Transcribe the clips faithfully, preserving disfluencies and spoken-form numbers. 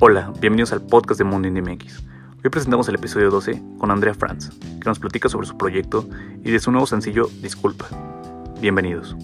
Hola, bienvenidos al podcast de Mundo Indie M X. Hoy presentamos el episodio doce con Andrea Franz, que nos platica sobre su proyecto y de su nuevo sencillo Disculpa. Bienvenidos.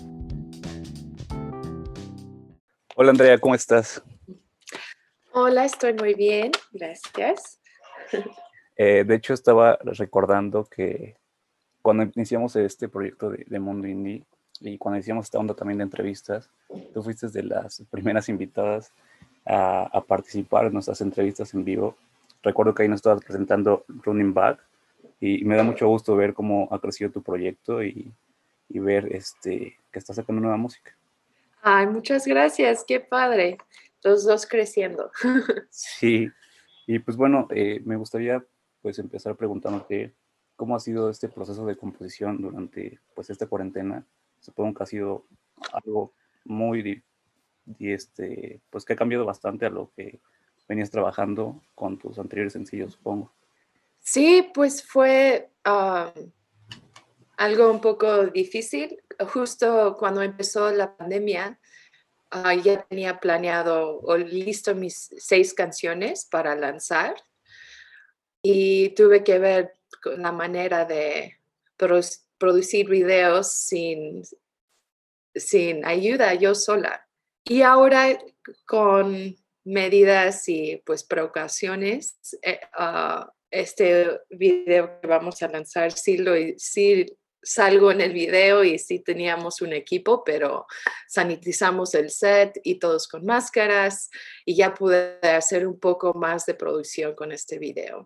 Hola Andrea, ¿cómo estás? Hola, estoy muy bien, gracias. Eh, de hecho, estaba recordando que cuando iniciamos este proyecto de, de Mundo Indie y cuando iniciamos esta onda también de entrevistas, tú fuiste de las primeras invitadas a, a participar en nuestras entrevistas en vivo. Recuerdo que ahí nos estabas presentando Running Back y, y me da mucho gusto ver cómo ha crecido tu proyecto y, y ver este, que estás sacando nueva música. Ay, muchas gracias, qué padre. Los dos creciendo. Sí, y pues bueno, eh, me gustaría pues empezar preguntándote cómo ha sido este proceso de composición durante pues esta cuarentena. Supongo que ha sido algo muy di- y este pues que ha cambiado bastante a lo que venías trabajando con tus anteriores sencillos, supongo. Sí, pues fue um, algo un poco difícil. Justo cuando empezó la pandemia, uh, ya tenía planeado o listo mis seis canciones para lanzar y tuve que ver con la manera de produ- producir videos sin, sin ayuda, yo sola. Y ahora con medidas y pues precauciones, eh, uh, este video que vamos a lanzar, sí, lo, sí salgo en el video y sí teníamos un equipo, pero sanitizamos el set y todos con máscaras y ya pude hacer un poco más de producción con este video.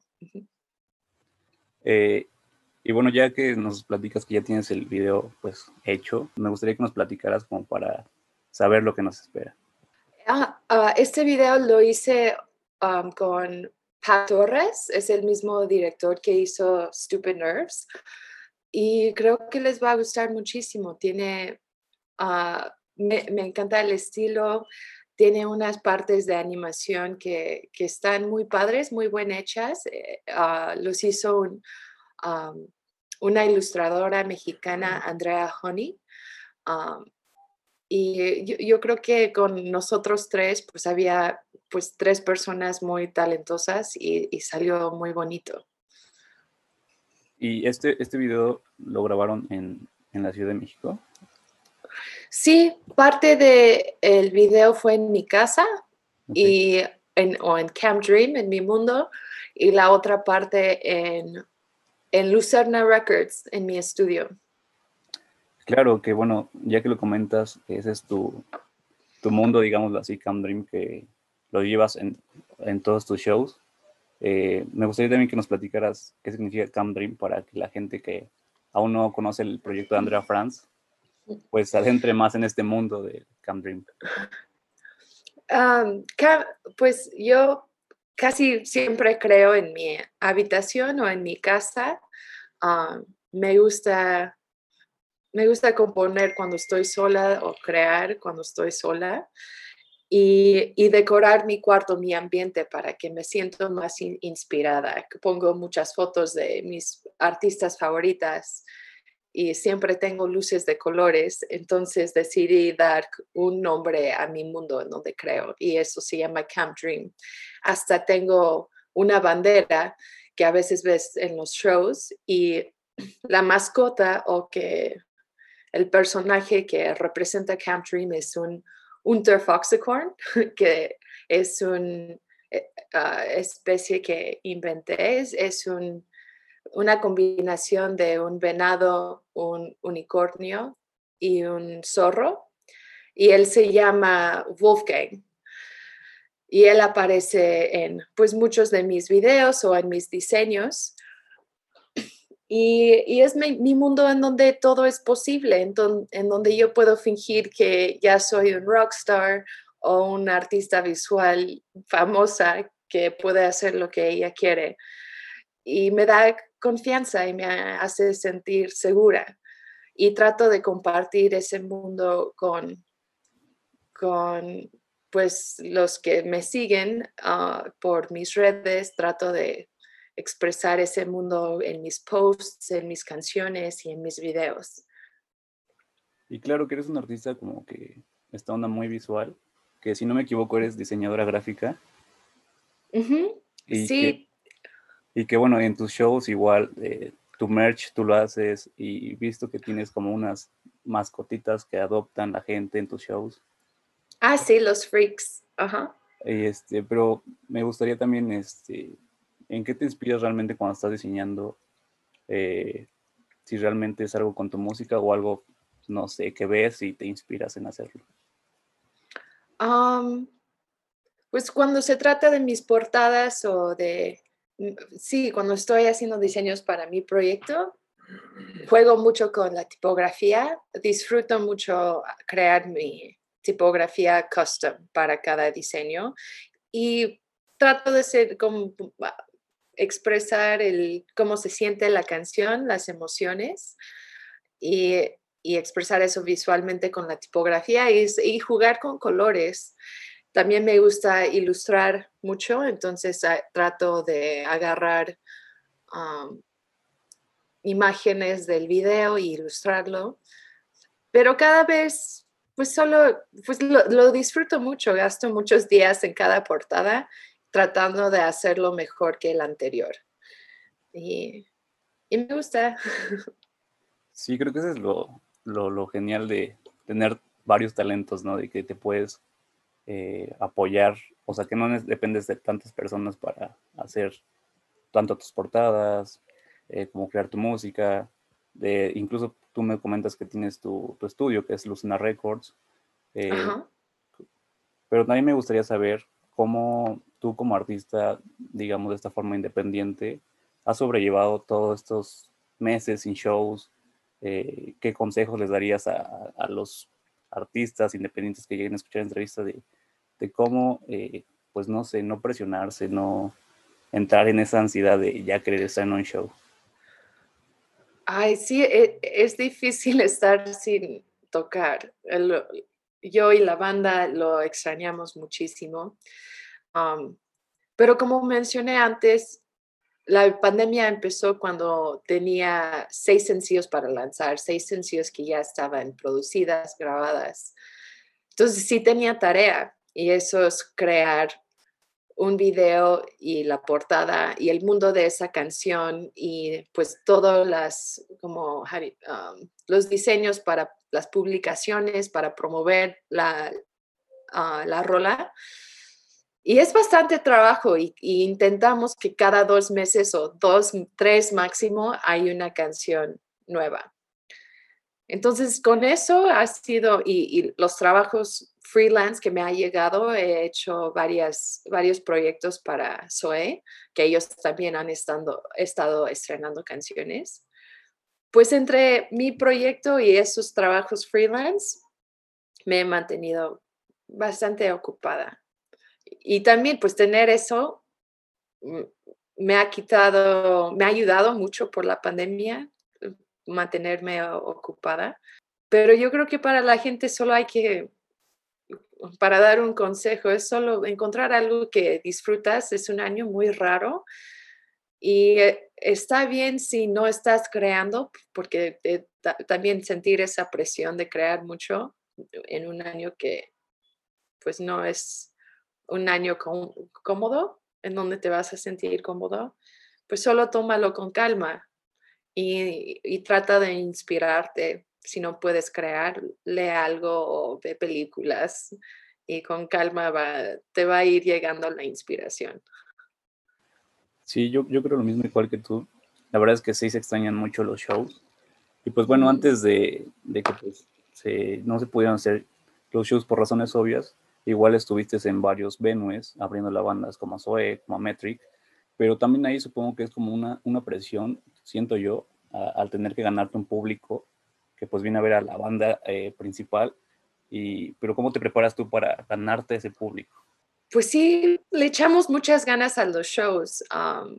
Eh, y bueno, ya que nos platicas que ya tienes el video pues hecho, me gustaría que nos platicaras como para saber lo que nos espera. Ah, ah, este video lo hice um, con Pat Torres, es el mismo director que hizo Stupid Nerves y creo que les va a gustar muchísimo. Tiene, ah, me, me encanta el estilo, tiene unas partes de animación que, que están muy padres, muy bien hechas. Eh, ah, los hizo un, um, una ilustradora mexicana, Andrea Honey. um, y yo, yo creo que con nosotros tres, pues había pues tres personas muy talentosas y, y salió muy bonito. Y este, este video lo grabaron en, en la Ciudad de México. Sí, parte del video fue en mi casa Okay. y en, o en Camp Dream, en mi mundo, y la otra parte en, en Lucerna Records, en mi estudio. Claro que bueno, ya que lo comentas, ese es tu, tu mundo, digámoslo así, Camp Dream, que lo llevas en, en todos tus shows. Eh, me gustaría también que nos platicaras qué significa Camp Dream para que la gente que aún no conoce el proyecto de Andrea Franz, pues se adentre más en este mundo de Camp Dream. Um, ca- pues yo casi siempre creo en mi habitación o en mi casa. Um, me gusta Me gusta componer cuando estoy sola o crear cuando estoy sola y, y decorar mi cuarto, mi ambiente para que me siento más in- inspirada. Pongo muchas fotos de mis artistas favoritas y siempre tengo luces de colores, entonces decidí dar un nombre a mi mundo en donde creo y eso se llama Camp Dream. Hasta tengo una bandera que a veces ves en los shows y la mascota o que el personaje que representa Camp Dream es un Unterfoxicorn, que es una uh, especie que inventé. Es, es un, una combinación de un venado, un unicornio y un zorro. Y él se llama Wolfgang. Y él aparece en pues, muchos de mis videos o en mis diseños. Y, y es mi, mi, mundo en donde todo es posible, en, don, en donde yo puedo fingir que ya soy un rockstar o una artista visual famosa que puede hacer lo que ella quiere. Y me da confianza y me hace sentir segura. Y trato de compartir ese mundo con, con pues, los que me siguen uh, por mis redes. Trato de expresar ese mundo en mis posts, en mis canciones y en mis videos. Y claro que eres un artista como que esta onda muy visual, que si no me equivoco eres diseñadora gráfica. Ujú. Y que, Sí, y que bueno, en tus shows igual, eh, tu merch tú lo haces y visto que tienes como unas mascotitas que adoptan la gente en tus shows. ah, sí, los freaks. Ajá. Y este, pero me gustaría también, este, ¿en qué te inspiras realmente cuando estás diseñando? Eh, si realmente es algo con tu música o algo, no sé, que ves y te inspiras en hacerlo. Am, pues cuando se trata de mis portadas o de, mm, sí, cuando estoy haciendo diseños para mi proyecto, juego mucho con la tipografía, disfruto mucho crear mi tipografía custom para cada diseño y trato de ser como ah, expresar el cómo se siente la canción, las emociones y, y expresar eso visualmente con la tipografía y, y jugar con colores. También me gusta ilustrar mucho, entonces ah, trato de agarrar um, imágenes del video e ilustrarlo, pero cada vez, pues solo, pues lo, lo disfruto mucho, gasto muchos días en cada portada tratando de hacerlo mejor que el anterior. Y, y me gusta. Sí, creo que eso es lo, lo, lo genial de tener varios talentos, ¿no? De que te puedes eh, apoyar, o sea, que no dependes de tantas personas para hacer tanto tus portadas, eh, como crear tu música, de, incluso tú me comentas que tienes tu, tu estudio, que es Lucena Records, eh, Ajá. pero también me gustaría saber cómo tú como artista, digamos de esta forma independiente, has sobrellevado todos estos meses sin shows, eh, qué consejos les darías a, a, los artistas independientes que lleguen a escuchar entrevistas de, de cómo, eh, pues no sé, no presionarse, no entrar en esa ansiedad de ya querer estar en un show. Ay, sí, e- es difícil estar sin tocar. El- yo y la banda lo extrañamos muchísimo. Am, pero como mencioné antes, la pandemia empezó cuando tenía seis sencillos para lanzar, seis sencillos que ya estaban producidas, grabadas. Entonces sí tenía tarea y eso es crear un video y la portada y el mundo de esa canción y pues todos las como um, los diseños para las publicaciones para promover la, uh, la rola. Y es bastante trabajo y, y, intentamos que cada dos meses o dos, tres máximo hay una canción nueva. Entonces, con eso ha sido, y, y, los trabajos freelance que me ha llegado, he hecho varias, varios proyectos para Zoe, que ellos también han estado, estado estrenando canciones. Pues entre mi proyecto y esos trabajos freelance, me he mantenido bastante ocupada. Y también, pues tener eso mm, me ha quitado, me ha ayudado mucho por la pandemia, mantenerme ocupada. Pero yo creo que para la gente solo hay que, para dar un consejo, es solo encontrar algo que disfrutas. Es un año muy raro y eh, está bien si no estás creando, porque te- ta- también sentir esa presión de crear mucho en un año que pues no es un año có- cómodo, en donde te vas a sentir cómodo, pues solo tómalo con calma y, y trata de inspirarte. Si no puedes crear, lee algo o ve películas y con calma va, te va a ir llegando la inspiración. Sí, yo, yo creo lo mismo igual que tú. La verdad es que sí se extrañan mucho los shows. Y pues bueno, Ujú. antes de, de que pues, se, no se pudieran hacer los shows por razones obvias, igual estuviste en varios venues abriendo las bandas como Zoe, como Metric, pero también ahí supongo que es como una, una presión, siento yo, a, al tener que ganarte un público que pues viene a ver a la banda eh, principal, y, pero ¿cómo te preparas tú para ganarte ese público? Pues sí, le echamos muchas ganas a los shows, am,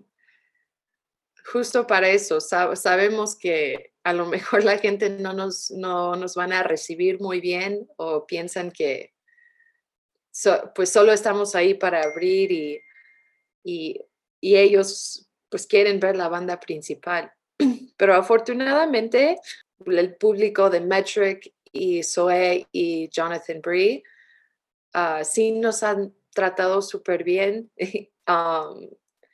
justo para eso. Sa- sabemos que a lo mejor la gente no nos, no nos van a recibir muy bien o piensan que so- pues solo estamos ahí para abrir y, y, y ellos pues quieren ver la banda principal. Pero afortunadamente el público de Metric y Zoe y Jonathan Bree uh, sí nos han tratado súper bien. um,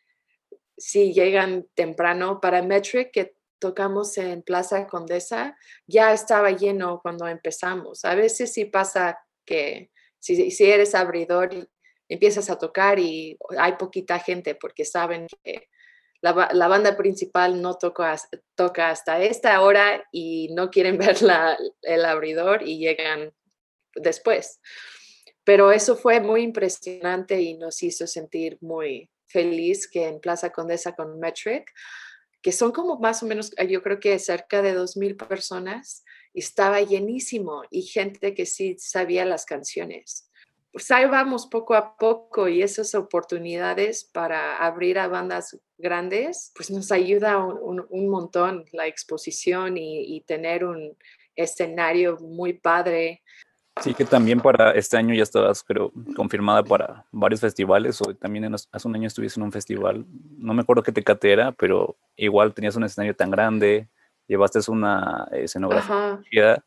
si llegan temprano para Metric, que tocamos en Plaza Condesa, ya estaba lleno cuando empezamos. A veces sí pasa que si, si eres abridor, empiezas a tocar y hay poquita gente porque saben que la, la banda principal no toca, toca hasta esta hora y no quieren ver la, el abridor y llegan después. Pero eso fue muy impresionante y nos hizo sentir muy feliz que en Plaza Condesa con Metric, que son como más o menos, yo creo que cerca de dos mil personas, y estaba llenísimo y gente que sí sabía las canciones. Pues ahí vamos poco a poco y esas oportunidades para abrir a bandas grandes, pues nos ayuda un, un, un montón la exposición y, y tener un escenario muy padre. Sí, que también para este año ya estabas, creo, confirmada para varios festivales, o también en los, hace un año estuviste en un festival, no me acuerdo qué tecate era, pero igual tenías un escenario tan grande, llevaste una escenografía. Ajá.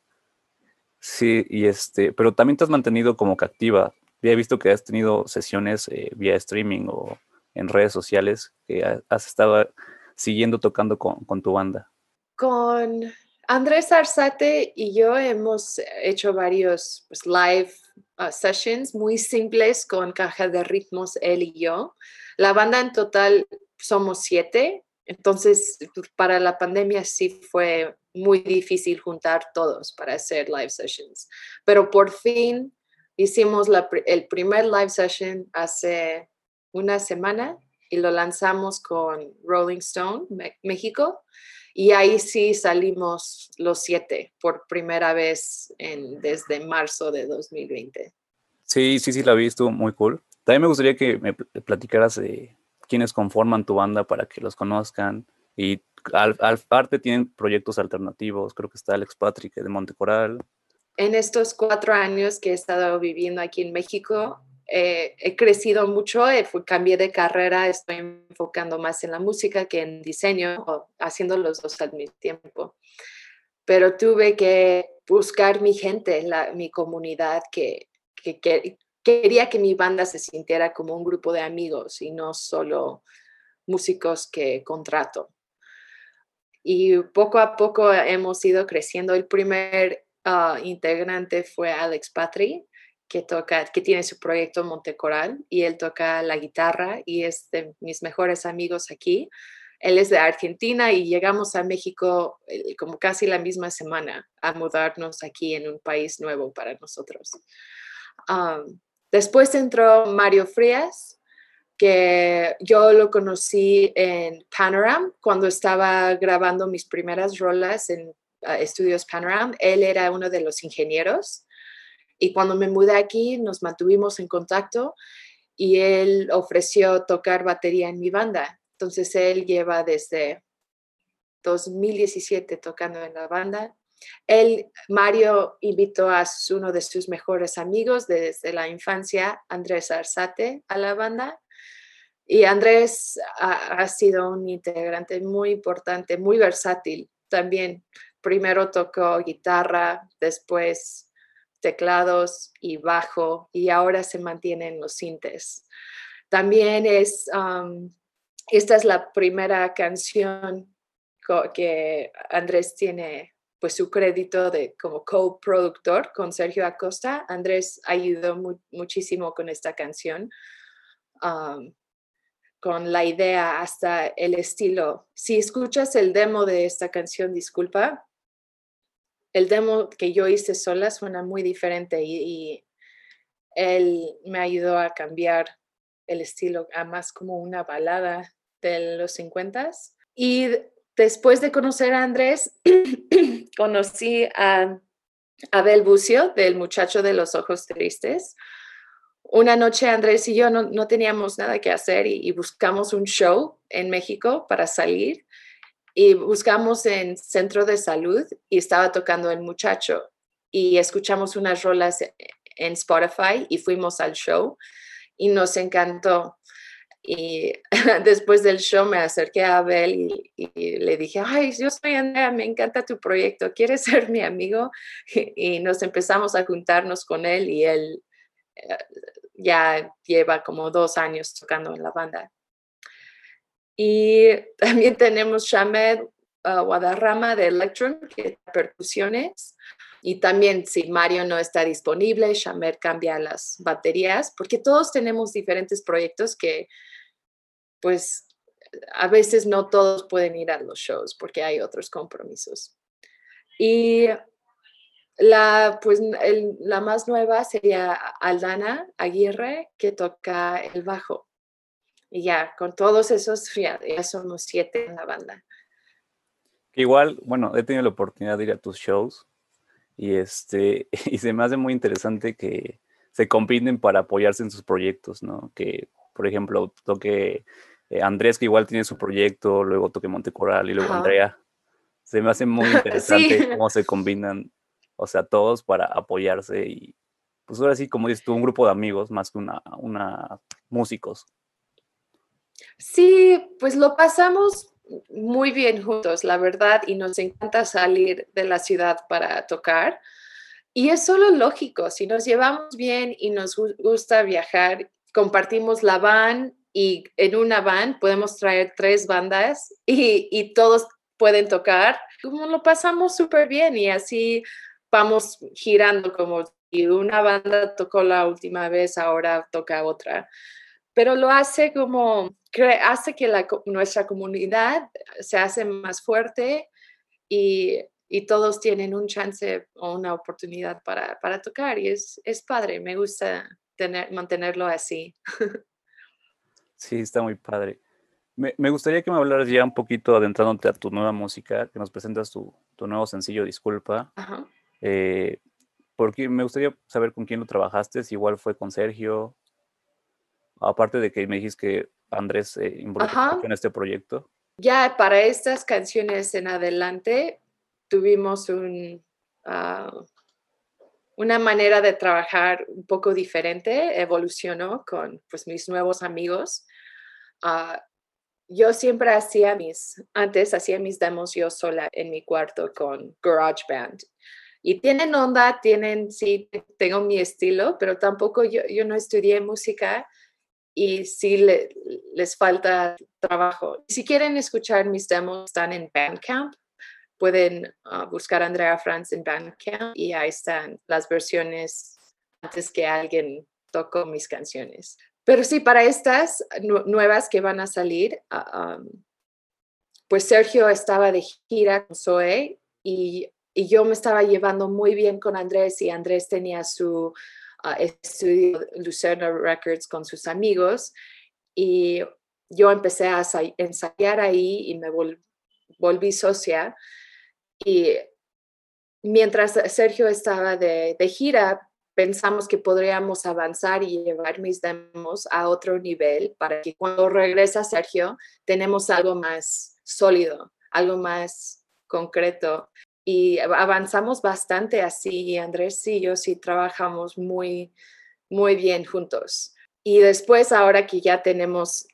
Sí, y este, pero también te has mantenido como que activa. Ya he visto que has tenido sesiones eh, vía streaming o en redes sociales que ha- has estado siguiendo tocando con, con tu banda. Con Andrés Arzate y yo hemos hecho varios pues, live uh, sessions muy simples con caja de ritmos, él y yo. La banda en total somos siete, entonces para la pandemia sí fue muy difícil juntar todos para hacer live sessions. Pero por fin hicimos la, el primer live session hace una semana y lo lanzamos con Rolling Stone, México. Y ahí sí salimos los siete por primera vez en, desde marzo de dos mil veinte. Sí, sí, sí, la vi, estuvo muy cool. También me gustaría que me pl- platicaras de quiénes conforman tu banda para que los conozcan. Y al, al parte tienen proyectos alternativos, creo que está Alex Patrick de Montecoral. En estos cuatro años que he estado viviendo aquí en México, eh, he crecido mucho, eh, fui, cambié de carrera, estoy enfocando más en la música que en diseño, o haciendo los dos al mismo tiempo. Pero tuve que buscar mi gente, la, mi comunidad, que, que, que quería que mi banda se sintiera como un grupo de amigos y no solo músicos que contrato. Y poco a poco hemos ido creciendo. El primer uh, integrante fue Alex Patri, que toca, que tiene su proyecto Montecoral y él toca la guitarra y es de mis mejores amigos aquí. Él es de Argentina y llegamos a México eh, como casi la misma semana a mudarnos aquí en un país nuevo para nosotros. Um, después entró Mario Frías, que yo lo conocí en Panoram cuando estaba grabando mis primeras rolas en uh, estudios Panoram. Él era uno de los ingenieros y cuando me mudé aquí nos mantuvimos en contacto y él ofreció tocar batería en mi banda. Entonces él lleva desde dos mil diecisiete tocando en la banda. Él, Mario, invitó a uno de sus mejores amigos desde la infancia, Andrés Arzate, a la banda. Y Andrés ha, ha sido un integrante muy importante, muy versátil también. Primero tocó guitarra, después teclados y bajo, y ahora se mantiene en los sintes. También es, um, esta es la primera canción que Andrés tiene pues su crédito de como co-productor con Sergio Acosta. Andrés ayudó mu muchísimo con esta canción. Um, con la idea hasta el estilo. Si escuchas el demo de esta canción, disculpa, el demo que yo hice sola suena muy diferente y, y él me ayudó a cambiar el estilo a más como una balada de los cincuenta. Y después de conocer a Andrés, conocí a Abel Bucio, del Muchacho de los Ojos Tristes. Una noche Andrés y yo no, no teníamos nada que hacer y, y buscamos un show en México para salir y buscamos en Centro de Salud y estaba tocando El Muchacho y escuchamos unas rolas en Spotify y fuimos al show y nos encantó. Y después del show me acerqué a Abel y, y le dije, ay, yo soy Andrea, me encanta tu proyecto, ¿quieres ser mi amigo? Y, y nos empezamos a juntarnos con él y él eh, ya lleva como dos años tocando en la banda. Y también tenemos Shamed uh, Guadarrama de Electrum, que es percusiones. Y también si Mario no está disponible, Shamed cambia las baterías, porque todos tenemos diferentes proyectos que pues a veces no todos pueden ir a los shows porque hay otros compromisos. Y la, pues, el, la más nueva sería Aldana Aguirre, que toca el bajo. Y ya, con todos esos, ya, ya somos siete en la banda. Que igual, bueno, he tenido la oportunidad de ir a tus shows y, este, y se me hace muy interesante que se combinen para apoyarse en sus proyectos, ¿no? Que, por ejemplo, toque eh, Andrés, que igual tiene su proyecto, luego toque Montecoral y luego Ajá. Andrea. Se me hace muy Sí, interesante cómo se combinan, o sea, todos para apoyarse y, pues ahora sí, como dices tú, un grupo de amigos más que una, una músicos. sí, pues lo pasamos muy bien juntos, la verdad, y nos encanta salir de la ciudad para tocar. Y es solo lógico, si nos llevamos bien y nos gu- gusta viajar, compartimos la van y en una van podemos traer tres bandas y, y todos pueden tocar, como lo pasamos súper bien y así vamos girando como si una banda tocó la última vez, ahora toca otra. Pero lo hace como, cre- hace que la, co- nuestra comunidad se hace más fuerte y, y todos tienen un chance o una oportunidad para, para tocar y es, es padre, me gusta tener, mantenerlo así. Sí, está muy padre. Me, me gustaría que me hablaras ya un poquito adentrándote a tu nueva música, que nos presentas tu, tu nuevo sencillo, Disculpa. Ajá. Eh, porque me gustaría saber con quién lo trabajaste, si igual fue con Sergio, aparte de que me dijiste que Andrés se involucró mucho Ajá. en este proyecto. Ya para estas canciones en adelante tuvimos un, ah, una manera de trabajar un poco diferente, evolucionó con pues, mis nuevos amigos. Ah, yo siempre hacía mis, antes hacía mis demos yo sola en mi cuarto con GarageBand. Y tienen onda, tienen, sí, tengo mi estilo, pero tampoco yo, yo no estudié música y sí le- les falta trabajo. Si quieren escuchar mis demos, están en Bandcamp. Pueden uh, buscar Andrea Franz en Bandcamp y ahí están las versiones antes que alguien tocó mis canciones. Pero sí, para estas nu nuevas que van a salir, uh, um, pues Sergio estaba de gira con Zoe y, y, yo me estaba llevando muy bien con Andrés y Andrés tenía su uh, estudio Lucerna Records con sus amigos y yo empecé a ensayar ahí y me vol volví socia y mientras Sergio estaba de, de gira, pensamos que podríamos avanzar y llevar mis demos a otro nivel para que cuando regresa Sergio tenemos algo más sólido, algo más concreto. Y avanzamos bastante así y Andrés y yo sí trabajamos muy, muy bien juntos. Y después, ahora que ya tenemos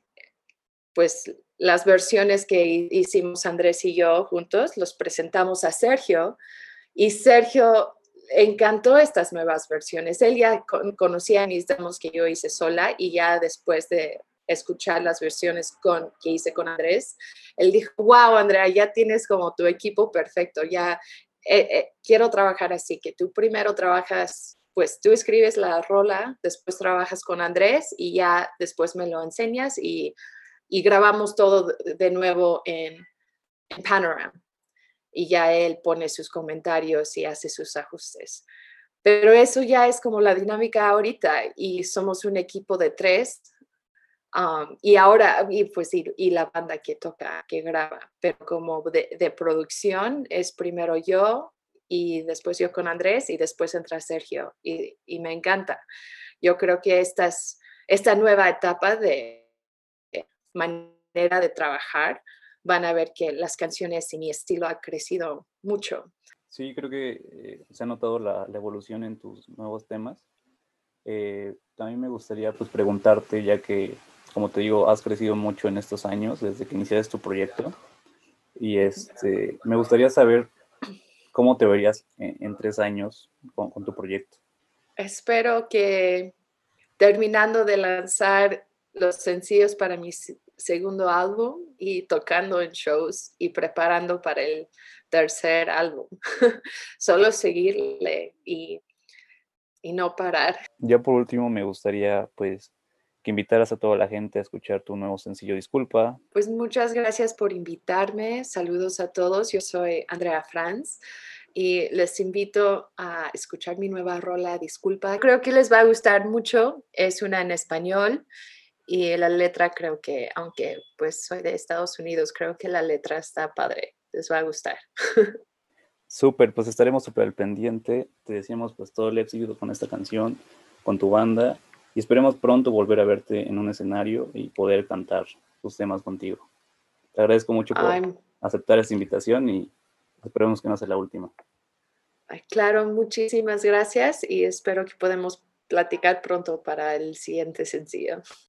pues las versiones que hicimos Andrés y yo juntos, los presentamos a Sergio y Sergio encantó estas nuevas versiones. Él ya con, conocía mis demos que yo hice sola y ya después de escuchar las versiones con, que hice con Andrés, él dijo, wow, Andrea, ya tienes como tu equipo perfecto, ya eh, eh, quiero trabajar así, que tú primero trabajas, pues tú escribes la rola, después trabajas con Andrés y ya después me lo enseñas y, y grabamos todo de nuevo en, en Panorama y ya él pone sus comentarios y hace sus ajustes. Pero eso ya es como la dinámica ahorita y somos un equipo de tres um, y ahora, y pues, y, y, la banda que toca, que graba, pero como de, de producción es primero yo y después yo con Andrés y después entra Sergio y, y me encanta. Yo creo que esta, es, esta nueva etapa de manera de trabajar van a ver que las canciones y mi estilo ha crecido mucho. Sí, creo que eh, se ha notado la, la, evolución en tus nuevos temas. Eh, también me gustaría pues preguntarte, ya que, como te digo, has crecido mucho en estos años desde que iniciaste tu proyecto. Y este, me gustaría saber cómo te verías en, en tres años con, con tu proyecto. Espero que terminando de lanzar los sencillos para mi se- segundo álbum y tocando en shows y preparando para el tercer álbum. Solo seguirle y, y no parar. Ya por último, me gustaría pues que invitaras a toda la gente a escuchar tu nuevo sencillo Disculpa. Pues muchas gracias por invitarme. Saludos a todos. Yo soy Andrea Franz y les invito a escuchar mi nueva rola Disculpa. Creo que les va a gustar mucho. Es una en español y la letra creo que, aunque pues soy de Estados Unidos, creo que la letra está padre. Les va a gustar. Súper, pues estaremos súper al pendiente. Te deseamos pues todo el éxito con esta canción, con tu banda y esperemos pronto volver a verte en un escenario y poder cantar tus temas contigo. Te agradezco mucho por Ay, aceptar esta invitación y esperemos que no sea la última. ay, claro, muchísimas gracias y espero que podamos platicar pronto para el siguiente sencillo.